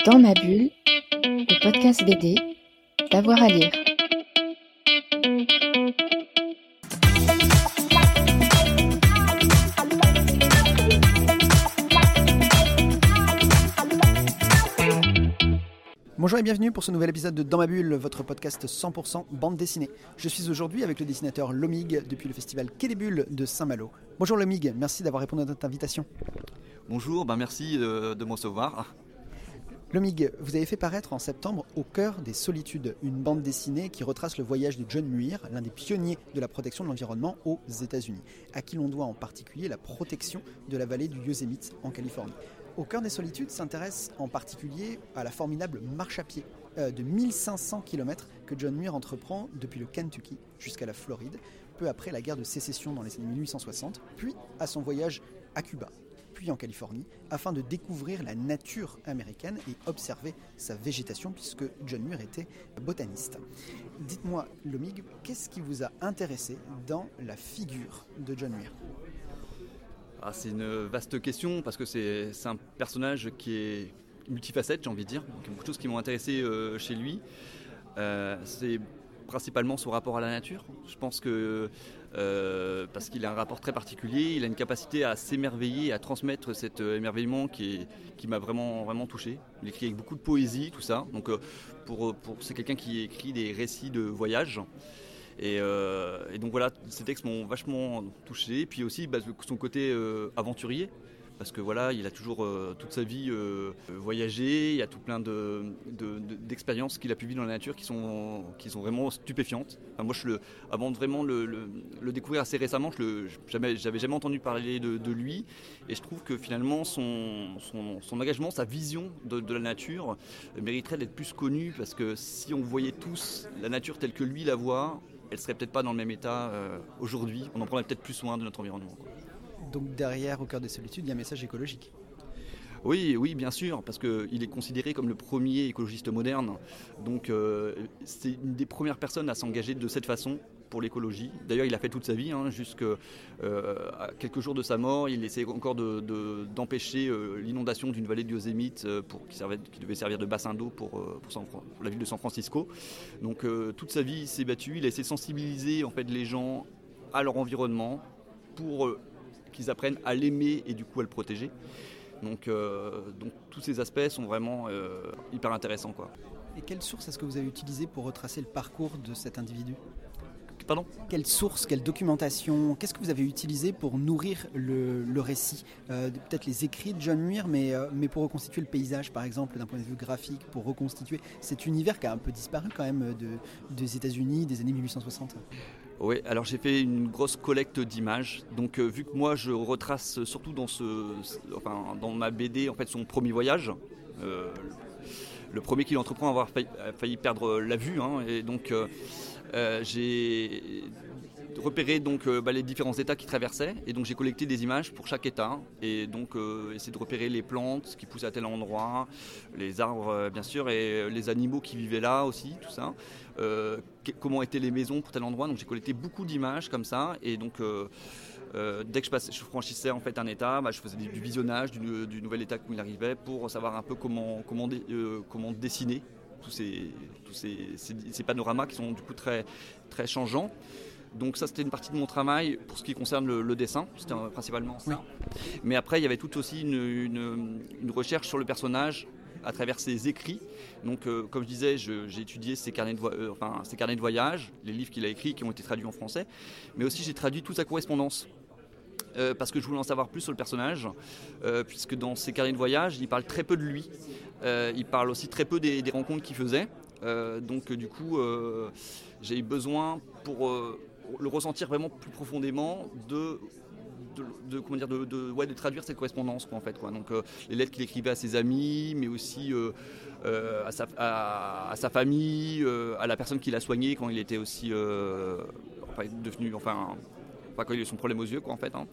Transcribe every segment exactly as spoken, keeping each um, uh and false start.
Dans ma bulle, le podcast B D, d'avoir à lire. Bonjour et bienvenue pour ce nouvel épisode de Dans ma bulle, votre podcast cent pour cent bande dessinée. Je suis aujourd'hui avec le dessinateur Lomig depuis le festival Quai des Bulles de Saint-Malo. Bonjour Lomig, merci d'avoir répondu à notre invitation. Bonjour, ben merci de, de me recevoir. Lomig, vous avez fait paraître en septembre Au cœur des solitudes, une bande dessinée qui retrace le voyage de John Muir, l'un des pionniers de la protection de l'environnement aux États-Unis, à qui l'on doit en particulier la protection de la vallée du Yosemite en Californie. Au cœur des solitudes s'intéresse en particulier à la formidable marche à pied euh, de mille cinq cents kilomètres que John Muir entreprend depuis le Kentucky jusqu'à la Floride, peu après la guerre de sécession dans les années mille huit cent soixante, puis à son voyage à Cuba, puis en Californie, afin de découvrir la nature américaine et observer sa végétation, puisque John Muir était botaniste. Dites-moi, Lomig, qu'est-ce qui vous a intéressé dans la figure de John Muir ? Ah, c'est une vaste question parce que c'est, c'est un personnage qui est multifacette, j'ai envie de dire. Donc, il y a beaucoup de choses qui m'ont intéressé euh, chez lui. Euh, c'est principalement son rapport à la nature. Je pense que euh, parce qu'il a un rapport très particulier, il a une capacité à s'émerveiller, à transmettre cet émerveillement qui, est, qui m'a vraiment, vraiment touché. Il écrit avec beaucoup de poésie, tout ça. Donc, euh, pour, pour, c'est quelqu'un qui écrit des récits de voyage. Et, euh, et donc voilà, ces textes m'ont vachement touché. Puis aussi bah, son côté euh, aventurier, parce que voilà, il a toujours euh, toute sa vie euh, voyagé. Il y a tout plein de, de, de, d'expériences qu'il a pu vivre dans la nature qui sont, qui sont vraiment stupéfiantes. Enfin, moi, je le, avant de vraiment le, le, le découvrir assez récemment, je le, jamais, j'avais jamais entendu parler de, de lui. Et je trouve que finalement, son, son, son engagement, sa vision de, de la nature mériterait d'être plus connue, parce que si on voyait tous la nature telle que lui la voit, elle ne serait peut-être pas dans le même état euh, aujourd'hui. On en prendrait peut-être plus soin de notre environnement, quoi. Donc derrière Au cœur des solitudes, il y a un message écologique. Oui, oui, bien sûr, parce qu'il est considéré comme le premier écologiste moderne. Donc euh, c'est une des premières personnes à s'engager de cette façon pour l'écologie. D'ailleurs, il a fait toute sa vie, hein, jusqu'à euh, quelques jours de sa mort. Il essayait encore de, de, d'empêcher euh, l'inondation d'une vallée du Yosemite euh, pour, qui, servait, qui devait servir de bassin d'eau pour, euh, pour, San, pour la ville de San Francisco. Donc euh, toute sa vie, il s'est battu. Il a essayé de sensibiliser en fait, les gens à leur environnement pour euh, qu'ils apprennent à l'aimer et du coup à le protéger. Donc, euh, donc tous ces aspects sont vraiment euh, hyper intéressants, quoi. Et quelle source est-ce que vous avez utilisée pour retracer le parcours de cet individu ? Pardon ? Quelle source, quelle documentation, qu'est-ce que vous avez utilisé pour nourrir le, le récit ? euh, Peut-être les écrits de John Muir, mais, euh, mais pour reconstituer le paysage, par exemple, d'un point de vue graphique, pour reconstituer cet univers qui a un peu disparu quand même de, des États-Unis des années mille huit cent soixante. Oui, alors j'ai fait une grosse collecte d'images. Donc euh, vu que moi je retrace surtout dans, ce, enfin, dans ma B D en fait, son premier voyage, euh, le premier qu'il entreprend à avoir failli, a failli perdre la vue, hein, et donc euh, euh, j'ai repéré donc, euh, bah, les différents états qu'il traversait, et donc j'ai collecté des images pour chaque état, et donc euh, essayer de repérer les plantes qui poussaient à tel endroit, les arbres euh, bien sûr, et les animaux qui vivaient là aussi, tout ça. Euh, comment étaient les maisons pour tel endroit. Donc j'ai collecté beaucoup d'images comme ça, et donc euh, euh, dès que je, passais, je franchissais en fait un état, bah, je faisais du visionnage du, du nouvel état où il arrivait pour savoir un peu comment, comment, dé, euh, comment dessiner tous, ces, tous ces, ces, ces panoramas qui sont du coup très, très changeants. Donc ça, c'était une partie de mon travail pour ce qui concerne le, le dessin, c'était principalement ça. Oui. Mais après, il y avait tout aussi une, une, une recherche sur le personnage à travers ses écrits. Donc, euh, comme je disais, je, j'ai étudié ses carnets, de vo- euh, enfin, ses carnets de voyage, les livres qu'il a écrits qui ont été traduits en français, mais aussi j'ai traduit toute sa correspondance. Euh, parce que je voulais en savoir plus sur le personnage, euh, puisque dans ses carnets de voyage, il parle très peu de lui. Euh, il parle aussi très peu des, des rencontres qu'il faisait. Euh, donc, euh, du coup, euh, j'ai eu besoin, pour euh, le ressentir vraiment plus profondément, de... De, de, comment dire, de, de, ouais, de traduire cette correspondance, quoi, en fait, quoi. Donc euh, les lettres qu'il écrivait à ses amis, mais aussi euh, euh, à, sa, à, à sa famille, euh, à la personne qui l'a soigné quand il était aussi euh, enfin, devenu, enfin, enfin quand il a eu son problème aux yeux, quoi, en fait, hein.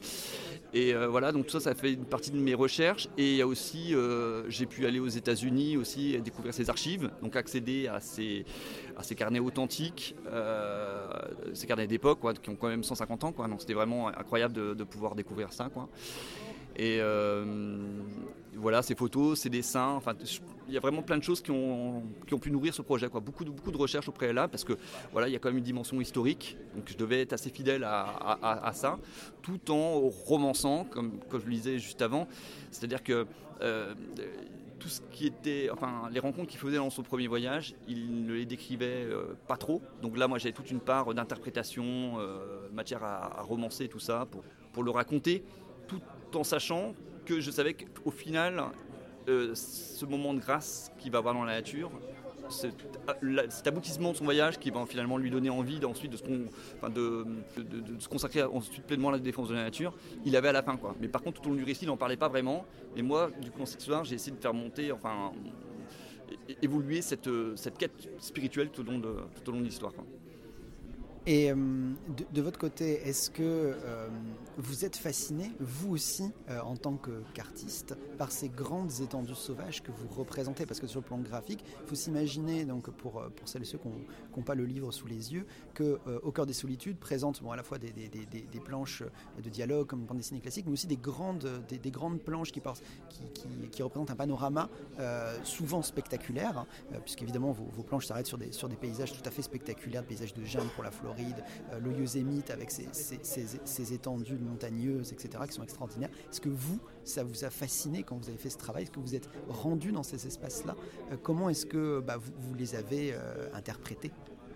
Et euh, voilà, donc tout ça, ça fait une partie de mes recherches. Et il y a aussi, euh, j'ai pu aller aux États-Unis aussi, découvrir ses archives, donc accéder à ces, à ces carnets authentiques, euh, ces carnets d'époque, quoi, qui ont quand même cent cinquante ans, quoi. Donc c'était vraiment incroyable de, de pouvoir découvrir ça, quoi. Et euh, voilà, ces photos, ces dessins, enfin, il y a vraiment plein de choses qui ont, qui ont pu nourrir ce projet, quoi. Beaucoup de, beaucoup de recherches au préalable, parce que voilà, il y a quand même une dimension historique, donc je devais être assez fidèle à, à, à ça, tout en romançant, comme, comme je le disais juste avant, c'est-à-dire que euh, tout ce qui était, enfin, les rencontres qu'il faisait dans son premier voyage, il ne les décrivait euh, pas trop. Donc là, moi, j'avais toute une part d'interprétation, euh, matière à, à romancer, tout ça, pour, pour le raconter, tout en sachant que je savais qu'au final, euh, ce moment de grâce qu'il va avoir dans la nature, cet, cet aboutissement de son voyage qui va finalement lui donner envie ensuite de se, con, enfin de, de, de, de se consacrer ensuite pleinement à la défense de la nature, il avait à la fin, quoi. Mais par contre, tout au long du récit, il n'en parlait pas vraiment. Et moi, du coup, dans cette histoire, j'ai essayé de faire monter, enfin, évoluer cette, cette quête spirituelle tout au long de, tout au long de l'histoire, quoi. Et euh, de, de votre côté, est-ce que euh, vous êtes fasciné, vous aussi, euh, en tant que, qu'artiste, par ces grandes étendues sauvages que vous représentez? Parce que sur le plan graphique, il faut s'imaginer, donc pour, pour celles et ceux qui n'ont pas le livre sous les yeux, que euh, Au cœur des solitudes présente bon, à la fois des, des, des, des planches de dialogue comme une bande dessinée classique, mais aussi des grandes, des, des grandes planches qui, qui, qui, qui représentent un panorama euh, souvent spectaculaire, hein, euh, puisqu'évidemment vos, vos planches s'arrêtent sur des, sur des paysages tout à fait spectaculaires, des paysages de jungle pour la Floride, Euh, le Yosemite avec ses, ses, ses, ses étendues montagneuses, et cetera, qui sont extraordinaires. Est-ce que vous, ça vous a fasciné quand vous avez fait ce travail? Est-ce que vous êtes rendu dans ces espaces-là? euh, Comment est-ce que bah, vous, vous les avez euh, interprétés?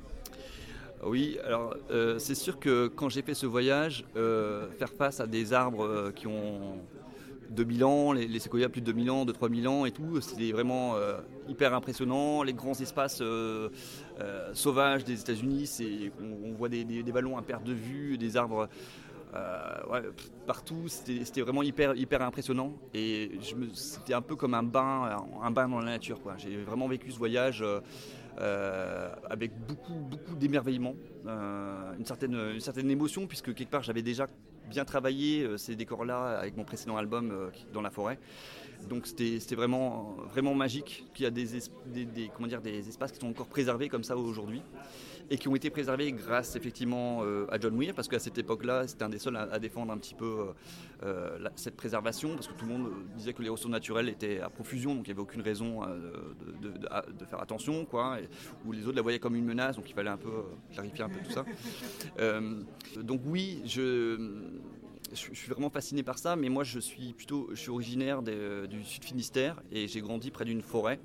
Oui, alors euh, c'est sûr que quand j'ai fait ce voyage, euh, faire face à des arbres euh, qui ont deux mille ans, les, les séquoias plus de deux mille ans, de trois mille ans et tout, c'était vraiment euh, hyper impressionnant. Les grands espaces euh, euh, sauvages des États-Unis, c'est, on, on voit des, des, des vallons à perte de vue, des arbres euh, ouais, partout, c'était, c'était vraiment hyper, hyper impressionnant. Et je me, c'était un peu comme un bain, un bain dans la nature, quoi. J'ai vraiment vécu ce voyage euh, euh, avec beaucoup, beaucoup d'émerveillement, euh, une, certaine, une certaine émotion, puisque quelque part j'avais déjà bien travaillé euh, ces décors-là avec mon précédent album euh, dans la forêt. Donc c'était, c'était vraiment, vraiment magique qu'il y a des, des, des, comment dire, des espaces qui sont encore préservés comme ça aujourd'hui et qui ont été préservés grâce effectivement euh, à John Muir, parce qu'à cette époque-là, c'était un des seuls à, à défendre un petit peu euh, la, cette préservation, parce que tout le monde disait que les ressources naturelles étaient à profusion, donc il n'y avait aucune raison euh, de, de, de, de faire attention, quoi, et, ou les autres la voyaient comme une menace, donc il fallait un peu euh, clarifier un peu tout ça. Euh, donc oui, je... Je suis vraiment fasciné par ça, mais moi je suis plutôt, je suis originaire de, du Sud Finistère et j'ai grandi près d'une forêt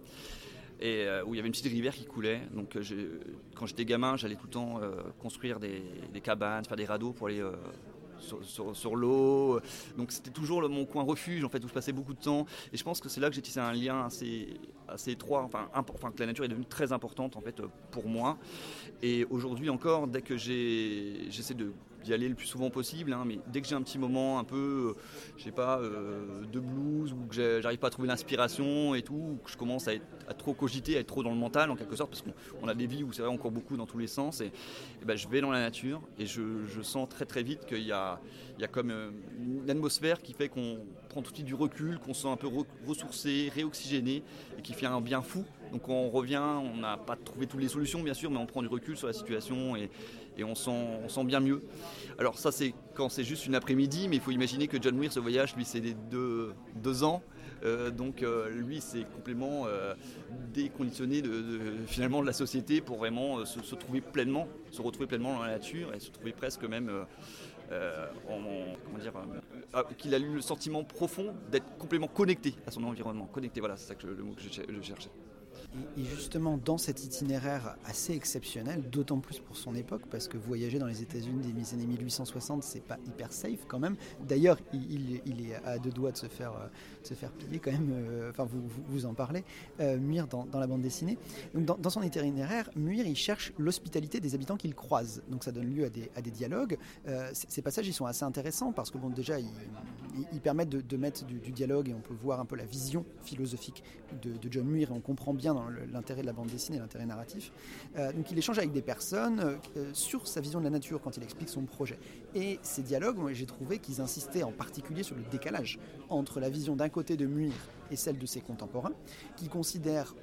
et euh, où il y avait une petite rivière qui coulait. Donc euh, j'ai, quand j'étais gamin, j'allais tout le temps euh, construire des, des cabanes, faire des radeaux pour aller euh, sur, sur, sur l'eau. Donc c'était toujours le, mon coin refuge en fait, où je passais beaucoup de temps. Et je pense que c'est là que j'ai tissé un lien assez, assez étroit, enfin, imp- enfin que la nature est devenue très importante en fait pour moi. Et aujourd'hui encore, dès que j'ai, j'essaie de d'y aller le plus souvent possible, hein, mais dès que j'ai un petit moment un peu, euh, je sais pas, euh, de blues, ou que j'arrive pas à trouver l'inspiration et tout, ou que je commence à, être, à trop cogiter, à être trop dans le mental en quelque sorte, parce qu'on on a des vies où c'est vrai encore beaucoup dans tous les sens, et, et ben, je vais dans la nature et je, je sens très très vite qu'il y a, il y a comme euh, une atmosphère qui fait qu'on prend tout de suite du recul, qu'on se sent un peu re- ressourcé, réoxygéné, et qui fait un bien fou. Donc quand on revient, on n'a pas trouvé toutes les solutions bien sûr, mais on prend du recul sur la situation et, et on, sent, on sent bien mieux. Alors ça c'est quand c'est juste une après-midi, mais il faut imaginer que John Muir, ce voyage, lui c'est des deux, deux ans. Euh, donc euh, lui c'est complètement euh, déconditionné de, de, finalement de la société pour vraiment euh, se, se trouver pleinement, se retrouver pleinement dans la nature et se trouver presque même euh, euh, en, en, comment dire, euh, qu'il a eu le sentiment profond d'être complètement connecté à son environnement. Connecté, voilà, c'est ça que je, le mot que je, je cherchais. Et justement, dans cet itinéraire assez exceptionnel, d'autant plus pour son époque, parce que voyager dans les États-Unis des années mille huit cent soixante, c'est pas hyper safe quand même. D'ailleurs, il, il est à deux doigts de se faire, de se faire piller quand même. Euh, enfin, vous, vous, vous en parlez, euh, Muir, dans, dans la bande dessinée. Donc, dans, dans son itinéraire, Muir, il cherche l'hospitalité des habitants qu'il croise. Donc, ça donne lieu à des, à des dialogues. Euh, ces passages, ils sont assez intéressants parce que, bon, déjà, ils, ils, ils permettent de, de mettre du, du dialogue et on peut voir un peu la vision philosophique de, de John Muir et on comprend bien dans l'intérêt de la bande dessinée, l'intérêt narratif. Euh, donc il échange avec des personnes euh, sur sa vision de la nature quand il explique son projet. Et ces dialogues, moi, j'ai trouvé qu'ils insistaient en particulier sur le décalage entre la vision d'un côté de Muir et celle de ses contemporains, qui considèrent, eux,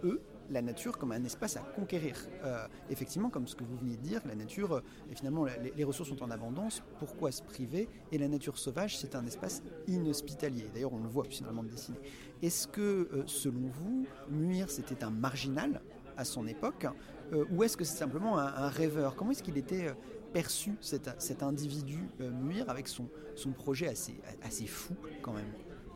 la nature comme un espace à conquérir. Euh, effectivement, comme ce que vous venez de dire, la nature, euh, et finalement les, les ressources sont en abondance, pourquoi se priver? Et la nature sauvage, c'est un espace inhospitalier. D'ailleurs, on le voit aussi dans le bande dessinée. Est-ce que, euh, selon vous, Muir, c'était un marginal à son époque, euh, ou est-ce que c'est simplement un, un rêveur? Comment est-ce qu'il était euh, perçu, cet, cet individu euh, Muir, avec son, son projet assez, assez fou quand même?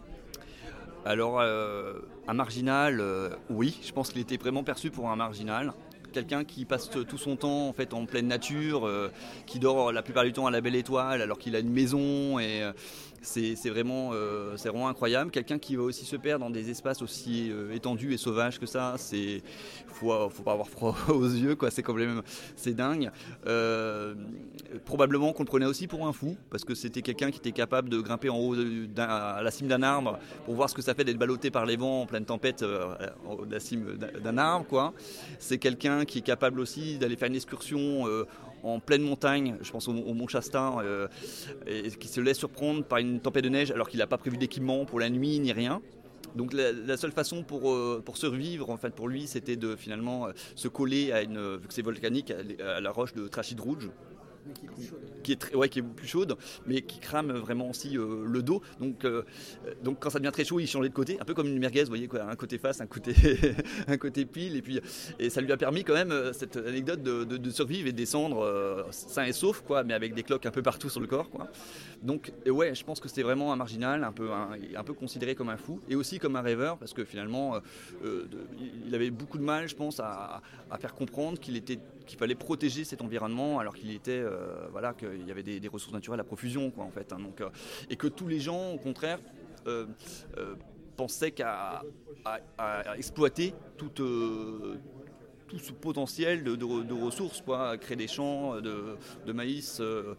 Alors, euh, un marginal, euh, oui, je pense qu'il était vraiment perçu pour un marginal. Quelqu'un qui passe tout son temps en fait en pleine nature, euh, qui dort la plupart du temps à la belle étoile alors qu'il a une maison et euh, c'est, c'est, vraiment, euh, c'est vraiment incroyable. Quelqu'un qui va aussi se perdre dans des espaces aussi euh, étendus et sauvages que ça, c'est faut, faut pas avoir froid aux yeux, quoi. C'est quand même c'est dingue. Euh, probablement qu'on le prenait aussi pour un fou parce que c'était quelqu'un qui était capable de grimper en haut d'un, à la cime d'un arbre pour voir ce que ça fait d'être ballotté par les vents en pleine tempête euh, à la cime d'un arbre, quoi. C'est quelqu'un qui est capable aussi d'aller faire une excursion euh, en pleine montagne, je pense au, au Mont Shasta, euh, et qui se laisse surprendre par une tempête de neige alors qu'il n'a pas prévu d'équipement pour la nuit ni rien. Donc la, la seule façon pour, euh, pour survivre, en fait, pour lui, c'était de finalement euh, se coller à une, vu que c'est volcanique, à, à la roche de Trachid Rouge. Qui est plus chaude. Qui est, très, ouais, qui est plus chaude, mais qui crame vraiment aussi euh, le dos. Donc, euh, donc quand ça devient très chaud, il changeait de côté, un peu comme une merguez, vous voyez, quoi, un côté face, un côté, un côté pile. Et, puis, et ça lui a permis quand même, cette anecdote, de, de, de survivre et de descendre euh, sain et sauf, quoi, mais avec des cloques un peu partout sur le corps, quoi. Donc et ouais, je pense que c'était vraiment un marginal, un peu, un, un peu considéré comme un fou, et aussi comme un rêveur, parce que finalement, euh, de, il avait beaucoup de mal, je pense, à, à faire comprendre qu'il, était, qu'il fallait protéger cet environnement, alors qu'il était... Euh, voilà, qu'il y avait des, des ressources naturelles à profusion, quoi, en fait, hein, donc, euh, et que tous les gens, au contraire, euh, euh, pensaient qu'à à, à exploiter toute, euh, tout ce potentiel de, de, de ressources, quoi, créer des champs de, de maïs, euh,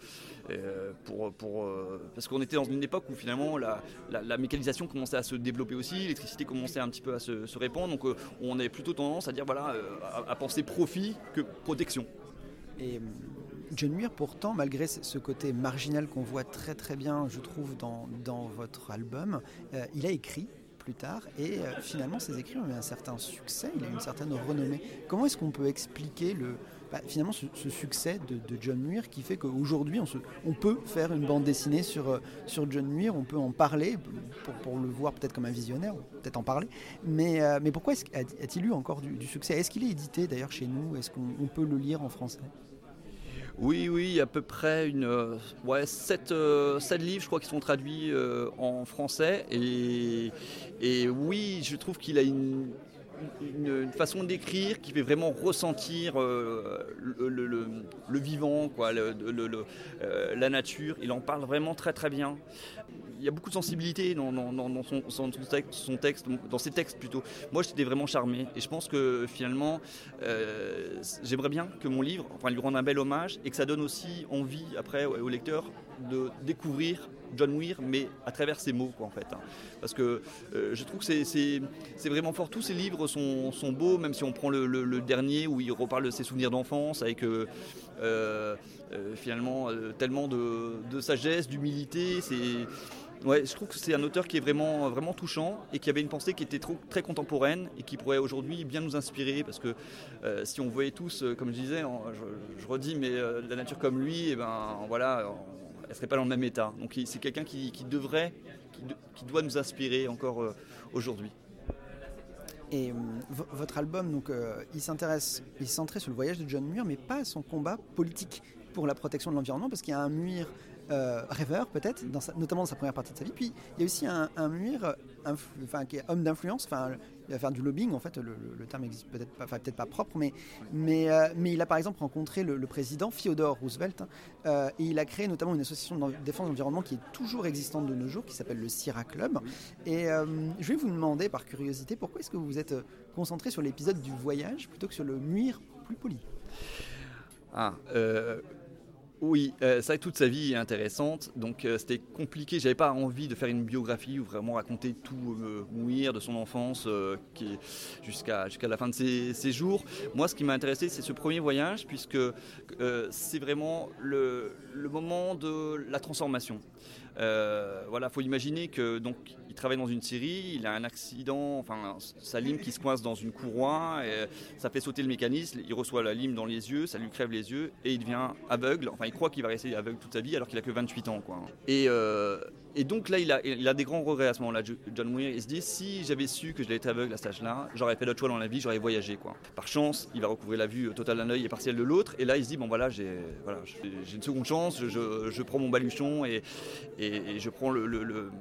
pour, pour, euh, parce qu'on était dans une époque où finalement la, la, la mécanisation commençait à se développer aussi, l'électricité commençait un petit peu à se, se répandre, donc euh, on avait plutôt tendance à dire, voilà, euh, à, à penser profit que protection. Et John Muir, pourtant, malgré ce côté marginal qu'on voit très très bien, je trouve, dans, dans votre album, euh, il a écrit plus tard et euh, finalement ses écrits ont eu un certain succès, il a eu une certaine renommée. Comment est-ce qu'on peut expliquer le, bah, finalement ce, ce succès de, de John Muir qui fait qu'aujourd'hui on, se, on peut faire une bande dessinée sur, sur John Muir, on peut en parler pour, pour le voir peut-être comme un visionnaire, peut-être en parler, mais, euh, mais pourquoi est-ce, a-t-il eu encore du, du succès? Est-ce qu'il est édité d'ailleurs chez nous? Est-ce qu'on on peut le lire en français? Oui, oui, à peu près une, euh, ouais, sept, euh, sept livres, je crois, qui sont traduits euh, en français. Et, et oui, je trouve qu'il a une, une, une façon d'écrire qui fait vraiment ressentir euh, le, le, le, le vivant, quoi, le, le, le, euh, la nature. Il en parle vraiment très très bien. Il y a beaucoup de sensibilité dans, dans, dans son, son, texte, son texte, dans ses textes plutôt. Moi, j'étais vraiment charmé. Et je pense que finalement, euh, j'aimerais bien que mon livre, enfin, lui rende un bel hommage et que ça donne aussi envie après au lecteur de découvrir John Muir, mais à travers ses mots, quoi, en fait. Hein. Parce que euh, je trouve que c'est, c'est, c'est vraiment fort. Tous ses livres sont, sont beaux, même si on prend le, le, le dernier où il reparle de ses souvenirs d'enfance avec euh, euh, finalement euh, tellement de, de sagesse, d'humilité. C'est... Ouais, je trouve que c'est un auteur qui est vraiment, vraiment touchant et qui avait une pensée qui était trop, très contemporaine et qui pourrait aujourd'hui bien nous inspirer parce que euh, si on voyait tous, euh, comme je disais, en, je, je redis, mais euh, la nature comme lui, et ben voilà, on, elle ne serait pas dans le même état. Donc c'est quelqu'un qui, qui devrait, qui, de, qui doit nous inspirer encore euh, aujourd'hui. Et euh, v- votre album, donc, euh, il s'intéresse, il est centré sur le voyage de John Muir, mais pas à son combat politique pour la protection de l'environnement, parce qu'il y a un Muir euh, rêveur peut-être, dans sa, notamment dans sa première partie de sa vie. Puis il y a aussi un, un Muir, influ, enfin, qui est homme d'influence. Enfin, il va faire du lobbying. En fait, le, le, le terme existe peut-être pas, enfin, peut-être pas propre, mais mais euh, mais il a par exemple rencontré le, le président Theodore Roosevelt euh, et il a créé notamment une association de défense de l'environnement qui est toujours existante de nos jours, qui s'appelle le Sierra Club. Et euh, je vais vous demander par curiosité, pourquoi est-ce que vous vous êtes concentré sur l'épisode du voyage plutôt que sur le Muir plus poli? Ah. Euh... Oui, euh, c'est vrai que toute sa vie est intéressante, donc euh, c'était compliqué, j'avais pas envie de faire une biographie ou vraiment raconter tout euh, Muir de son enfance euh, qui est jusqu'à, jusqu'à la fin de ses, ses jours. Moi, ce qui m'a intéressé, c'est ce premier voyage, puisque euh, c'est vraiment le, le moment de la transformation. Euh, voilà, faut imaginer que donc il travaille dans une scierie, il a un accident, enfin sa lime qui se coince dans une courroie, et ça fait sauter le mécanisme, il reçoit la lime dans les yeux, ça lui crève les yeux et il devient aveugle. Enfin, il croit qu'il va rester aveugle toute sa vie alors qu'il a que vingt-huit ans, quoi. Et euh, Et donc là, il a, il a des grands regrets à ce moment-là, John Muir. Il se dit, si j'avais su que j'allais être aveugle à cet âge-là, j'aurais fait d'autres choix dans la vie, j'aurais voyagé, quoi. Par chance, il va recouvrir la vue totale d'un œil et partielle de l'autre. Et là, il se dit, bon voilà, j'ai, voilà, j'ai, j'ai une seconde chance, je, je prends mon baluchon et, et, et je prends le, le, le,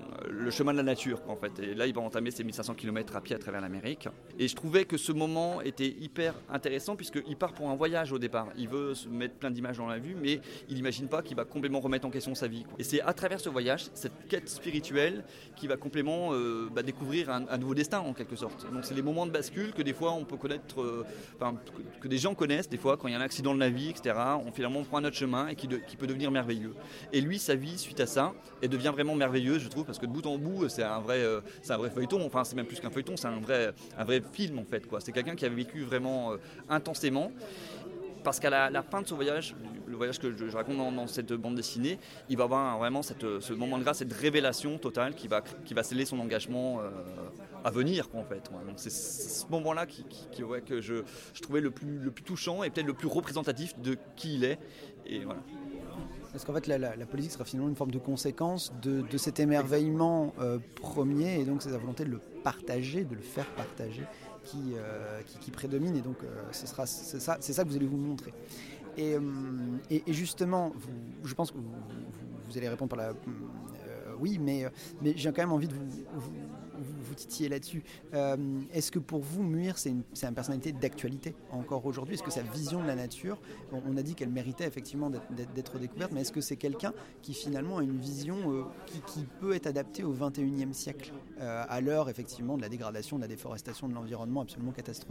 le chemin de la nature, quoi, en fait. Et là, il va entamer ses mille cinq cents kilomètres à pied à travers l'Amérique. Et je trouvais que ce moment était hyper intéressant puisqu'il part pour un voyage au départ. Il veut se mettre plein d'images dans la vue, mais il n'imagine pas qu'il va complètement remettre en question sa vie, quoi. Et c'est à travers ce voyage, cette quête spirituelle qui va complètement euh, bah, découvrir un, un nouveau destin en quelque sorte. Donc c'est les moments de bascule que des fois on peut connaître, euh, enfin, que, que des gens connaissent des fois quand il y a un accident de la vie, et cetera. On finalement prend un autre chemin et qui, de, qui peut devenir merveilleux. Et lui, sa vie suite à ça, elle devient vraiment merveilleuse, je trouve, parce que de bout en bout, c'est un vrai, euh, c'est un vrai feuilleton. Enfin, c'est même plus qu'un feuilleton, c'est un vrai, un vrai film en fait, quoi. C'est quelqu'un qui a vécu vraiment euh, intensément. Parce qu'à la, la fin de ce voyage, le voyage que je, je raconte dans, dans cette bande dessinée, il va avoir vraiment cette, ce moment de grâce, cette révélation totale qui va, qui va sceller son engagement euh, à venir, quoi, en fait. Ouais. Donc c'est, c'est ce moment-là qui, qui, qui, ouais, que je, je trouvais le plus, le plus touchant et peut-être le plus représentatif de qui il est. Et voilà. Parce qu'en fait, la, la, la politique sera finalement une forme de conséquence de, de cet émerveillement euh, premier, et donc c'est la volonté de le partager, de le faire partager, qui, euh, qui, qui prédomine, et donc euh, ce sera, c'est, ça, c'est ça que vous allez vous montrer. Et, euh, et, et justement, vous, je pense que vous, vous, vous allez répondre par la... Euh, oui, mais, mais j'ai quand même envie de vous, vous, vous titiller là-dessus. Euh, est-ce que pour vous, Muir, c'est une, c'est une personnalité d'actualité encore aujourd'hui ? Est-ce que sa vision de la nature, on, on a dit qu'elle méritait effectivement d'être, d'être, d'être découverte, mais est-ce que c'est quelqu'un qui finalement a une vision euh, qui, qui peut être adaptée au vingt et unième siècle, euh, à l'heure effectivement de la dégradation, de la déforestation de l'environnement absolument catastrophique ?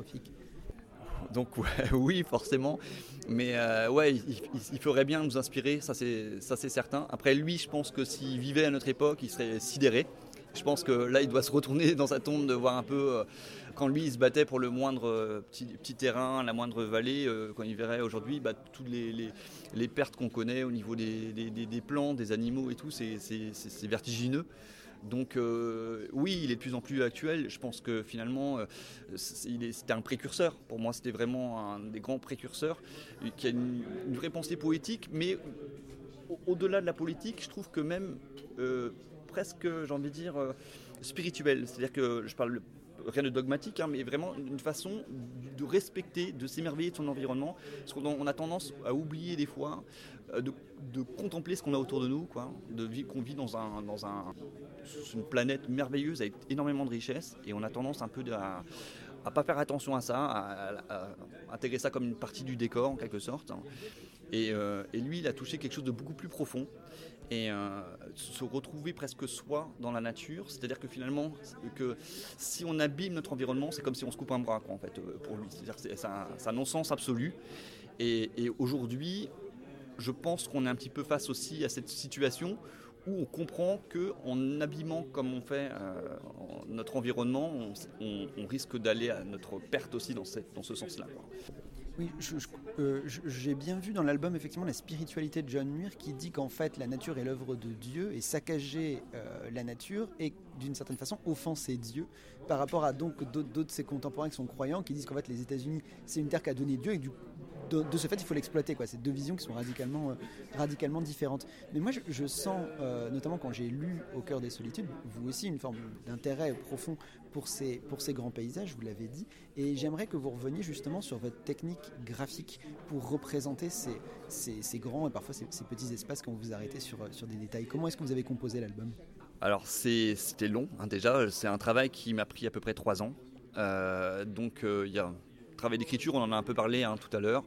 Donc ouais, oui, forcément, mais euh, ouais, il, il, il ferait bien nous inspirer, ça c'est, ça c'est certain. Après lui, je pense que s'il vivait à notre époque, il serait sidéré. Je pense que là, il doit se retourner dans sa tombe, de voir un peu, euh, quand lui, il se battait pour le moindre euh, petit, petit terrain, la moindre vallée, euh, quand il verrait aujourd'hui bah, toutes les, les, les pertes qu'on connaît au niveau des, des, des, des plantes, des animaux et tout, c'est, c'est, c'est, c'est vertigineux. Donc euh, oui, il est de plus en plus actuel. Je pense que finalement, euh, c'est, il est, c'était un précurseur. Pour moi, c'était vraiment un des grands précurseurs qui a une, une vraie pensée poétique. Mais au, au-delà de la politique, je trouve que même euh, presque, j'ai envie de dire, euh, spirituel. C'est-à-dire que je parle rien de dogmatique, hein, mais vraiment une façon de respecter, de s'émerveiller de son environnement. Parce qu'on a tendance à oublier des fois euh, de, de contempler ce qu'on a autour de nous, quoi, de vivre, qu'on vit dans un, dans un une planète merveilleuse avec énormément de richesses, et on a tendance un peu à ne pas faire attention à ça, à, à, à intégrer ça comme une partie du décor en quelque sorte. Et, euh, et lui, il a touché quelque chose de beaucoup plus profond, et euh, se retrouver presque soi dans la nature, c'est-à-dire que finalement, que si on abîme notre environnement, c'est comme si on se coupe un bras, quoi, en fait, pour lui. C'est-à-dire que c'est, c'est, un, c'est un non-sens absolu. Et, et aujourd'hui, je pense qu'on est un petit peu face aussi à cette situation où on comprend qu'en abîmant comme on fait euh, notre environnement, on, on, on risque d'aller à notre perte aussi dans, cette, dans ce sens-là, quoi. Oui, je, je, euh, j'ai bien vu dans l'album effectivement la spiritualité de John Muir qui dit qu'en fait la nature est l'œuvre de Dieu, et saccager euh, la nature est d'une certaine façon offenser Dieu par rapport à donc d'autres, d'autres de ses contemporains qui sont croyants, qui disent qu'en fait les États-Unis c'est une terre qu'a donnée Dieu, et du De, de ce fait, il faut l'exploiter, quoi. C'est deux visions qui sont radicalement, euh, radicalement différentes. Mais moi, je, je sens, euh, notamment quand j'ai lu Au cœur des solitudes, vous aussi, une forme d'intérêt profond pour ces, pour ces grands paysages, vous l'avez dit. Et j'aimerais que vous reveniez justement sur votre technique graphique pour représenter ces, ces, ces grands et parfois ces, ces petits espaces quand vous vous arrêtez sur, sur des détails. Comment est-ce que vous avez composé l'album ? Alors, c'est, c'était long, hein, déjà. C'est un travail qui m'a pris à peu près trois ans. Euh, donc, il euh, y a... travail d'écriture, on en a un peu parlé hein, tout à l'heure,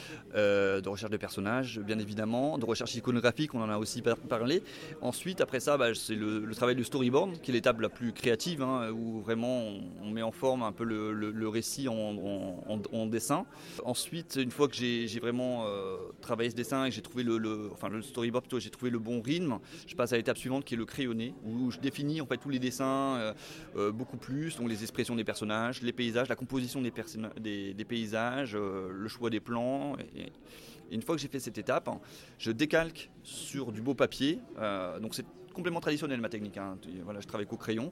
euh, de recherche de personnages, bien évidemment, de recherche iconographique, on en a aussi par- parlé. Ensuite, après ça, bah, c'est le, le travail de storyboard, qui est l'étape la plus créative, hein, où vraiment on, on met en forme un peu le, le, le récit en, en, en, en dessin. Ensuite, une fois que j'ai, j'ai vraiment euh, travaillé ce dessin et que j'ai trouvé le, le, enfin le storyboard, plutôt, j'ai trouvé le bon rythme, je passe à l'étape suivante qui est le crayonné, où je définis en fait tous les dessins euh, euh, beaucoup plus, donc les expressions des personnages, les paysages, la composition des personnages, des des, des paysages, euh, le choix des plans. Et, et une fois que j'ai fait cette étape, hein, je décalque sur du beau papier. Euh, donc c'est complètement traditionnel ma technique. Hein. Voilà, je travaille qu'au crayon.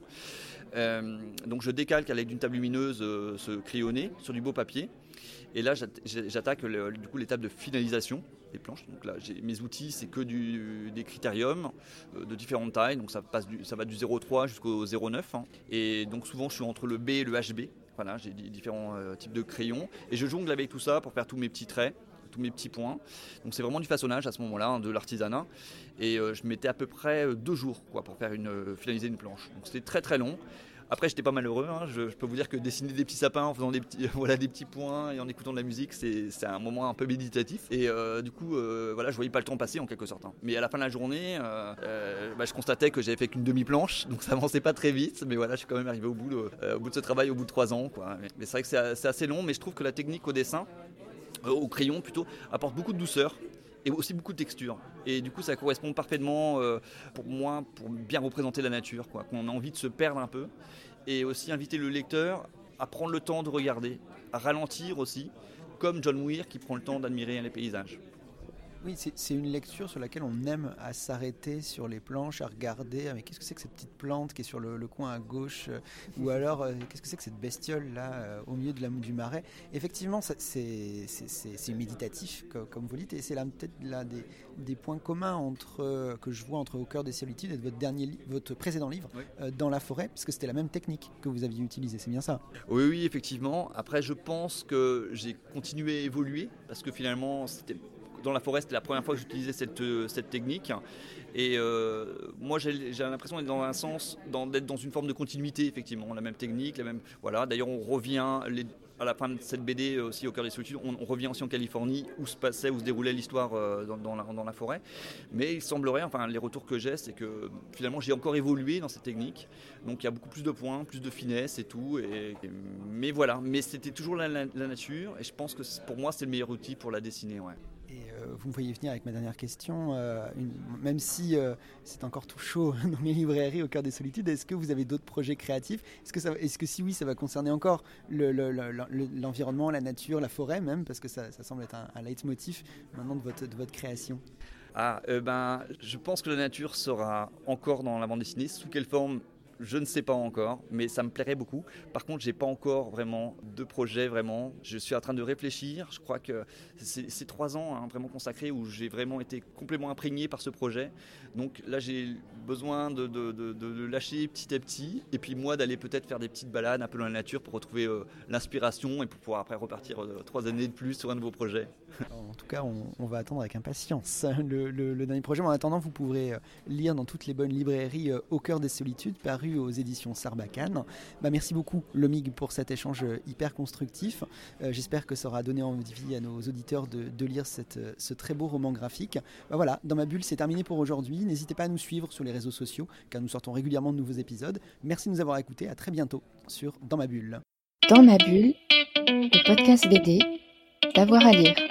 Euh, donc je décalque avec d'une table lumineuse euh, ce crayonné sur du beau papier. Et là, j'attaque le, du coup l'étape de finalisation des planches. Donc là, j'ai, mes outils, c'est que du, des critériums euh, de différentes tailles. Donc ça, passe du, ça va du zéro virgule trois jusqu'au zéro virgule neuf. Hein. Et donc souvent, je suis entre le B et le H B. Voilà, j'ai différents euh, types de crayons. Et je jongle avec tout ça pour faire tous mes petits traits, tous mes petits points. Donc c'est vraiment du façonnage à ce moment-là, hein, de l'artisanat. Et euh, je mettais à peu près deux jours quoi, pour faire une, euh, finaliser une planche. Donc c'était très très long. Après, j'étais pas malheureux. Hein. Je, je peux vous dire que dessiner des petits sapins en faisant des petits, voilà, des petits points et en écoutant de la musique, c'est, c'est un moment un peu méditatif. Et euh, du coup, euh, voilà, je voyais pas le temps passer en quelque sorte. Hein. Mais à la fin de la journée, euh, euh, bah, je constatais que j'avais fait qu'une demi-planche, donc ça avançait pas très vite. Mais voilà, je suis quand même arrivé au bout de, euh, au bout de ce travail, au bout de trois ans. Quoi. Mais, mais c'est vrai que c'est, c'est assez long, mais je trouve que la technique au dessin, euh, au crayon plutôt, apporte beaucoup de douceur. Et aussi beaucoup de texture. Et du coup, ça correspond parfaitement euh, pour moi, pour bien représenter la nature, quoi. Qu'on a envie de se perdre un peu. Et aussi inviter le lecteur à prendre le temps de regarder, à ralentir aussi, comme John Muir qui prend le temps d'admirer les paysages. Oui, c'est, c'est une lecture sur laquelle on aime à s'arrêter sur les planches, à regarder. Mais qu'est-ce que c'est que cette petite plante qui est sur le, le coin à gauche euh, ou alors, euh, qu'est-ce que c'est que cette bestiole là euh, au milieu de la, du marais. Effectivement, ça, c'est, c'est, c'est, c'est méditatif, comme, comme vous dites. Et c'est là peut-être là des, des points communs entre, euh, que je vois entre Au cœur des solitudes et votre, dernier li- votre précédent livre, oui. euh, Dans la forêt, parce que c'était la même technique que vous aviez utilisée. C'est bien ça ? Oui, oui, effectivement. Après, je pense que j'ai continué à évoluer parce que finalement, c'était... Dans la forêt, c'était la première fois que j'utilisais cette, cette technique. Et euh, moi, j'ai, j'ai l'impression d'être dans un sens, dans, d'être dans une forme de continuité, effectivement. La même technique, la même. Voilà. D'ailleurs, on revient les, à la fin de cette B D aussi, Au cœur des solitudes, on, on revient aussi en Californie, où se passait, où se déroulait l'histoire euh, dans, dans, la, dans la forêt. Mais il semblerait, enfin, les retours que j'ai, c'est que finalement, j'ai encore évolué dans cette technique. Donc, il y a beaucoup plus de points, plus de finesse et tout. Et, et, mais voilà. Mais c'était toujours la, la, la nature. Et je pense que pour moi, c'est le meilleur outil pour la dessiner. Ouais. Et euh, vous me voyez venir avec ma dernière question, euh, une, même si euh, c'est encore tout chaud dans mes librairies Au cœur des solitudes, est-ce que vous avez d'autres projets créatifs ? Est-ce que, ça, est-ce que si oui, ça va concerner encore le, le, le, le, l'environnement, la nature, la forêt même, parce que ça, ça semble être un, un leitmotiv maintenant de votre, de votre création ? Ah, euh, ben, je pense que la nature sera encore dans la bande dessinée. Sous quelle forme ? Je ne sais pas encore, mais ça me plairait beaucoup. Par contre, j'ai pas encore vraiment de projet, vraiment. Je suis en train de réfléchir. Je crois que c'est, c'est trois ans hein, vraiment consacrés où j'ai vraiment été complètement imprégné par ce projet. Donc là, j'ai besoin de, de, de, de lâcher petit à petit. Et puis moi, d'aller peut-être faire des petites balades un peu dans la nature pour retrouver euh, l'inspiration et pour pouvoir après repartir euh, trois années de plus sur un nouveau projet. En tout cas, on, on va attendre avec impatience le, le, le dernier projet. Mais en attendant, vous pourrez lire dans toutes les bonnes librairies euh, Au cœur des solitudes, paru aux éditions Sarbacane. Bah, merci beaucoup Lomig pour cet échange hyper constructif. Euh, j'espère que ça aura donné envie à nos auditeurs de, de lire cette, ce très beau roman graphique. Bah, voilà, Dans ma bulle, c'est terminé pour aujourd'hui. N'hésitez pas à nous suivre sur les réseaux sociaux car nous sortons régulièrement de nouveaux épisodes. Merci de nous avoir écoutés. À très bientôt sur Dans ma bulle. Dans ma bulle, le podcast B D, d'avoir à lire.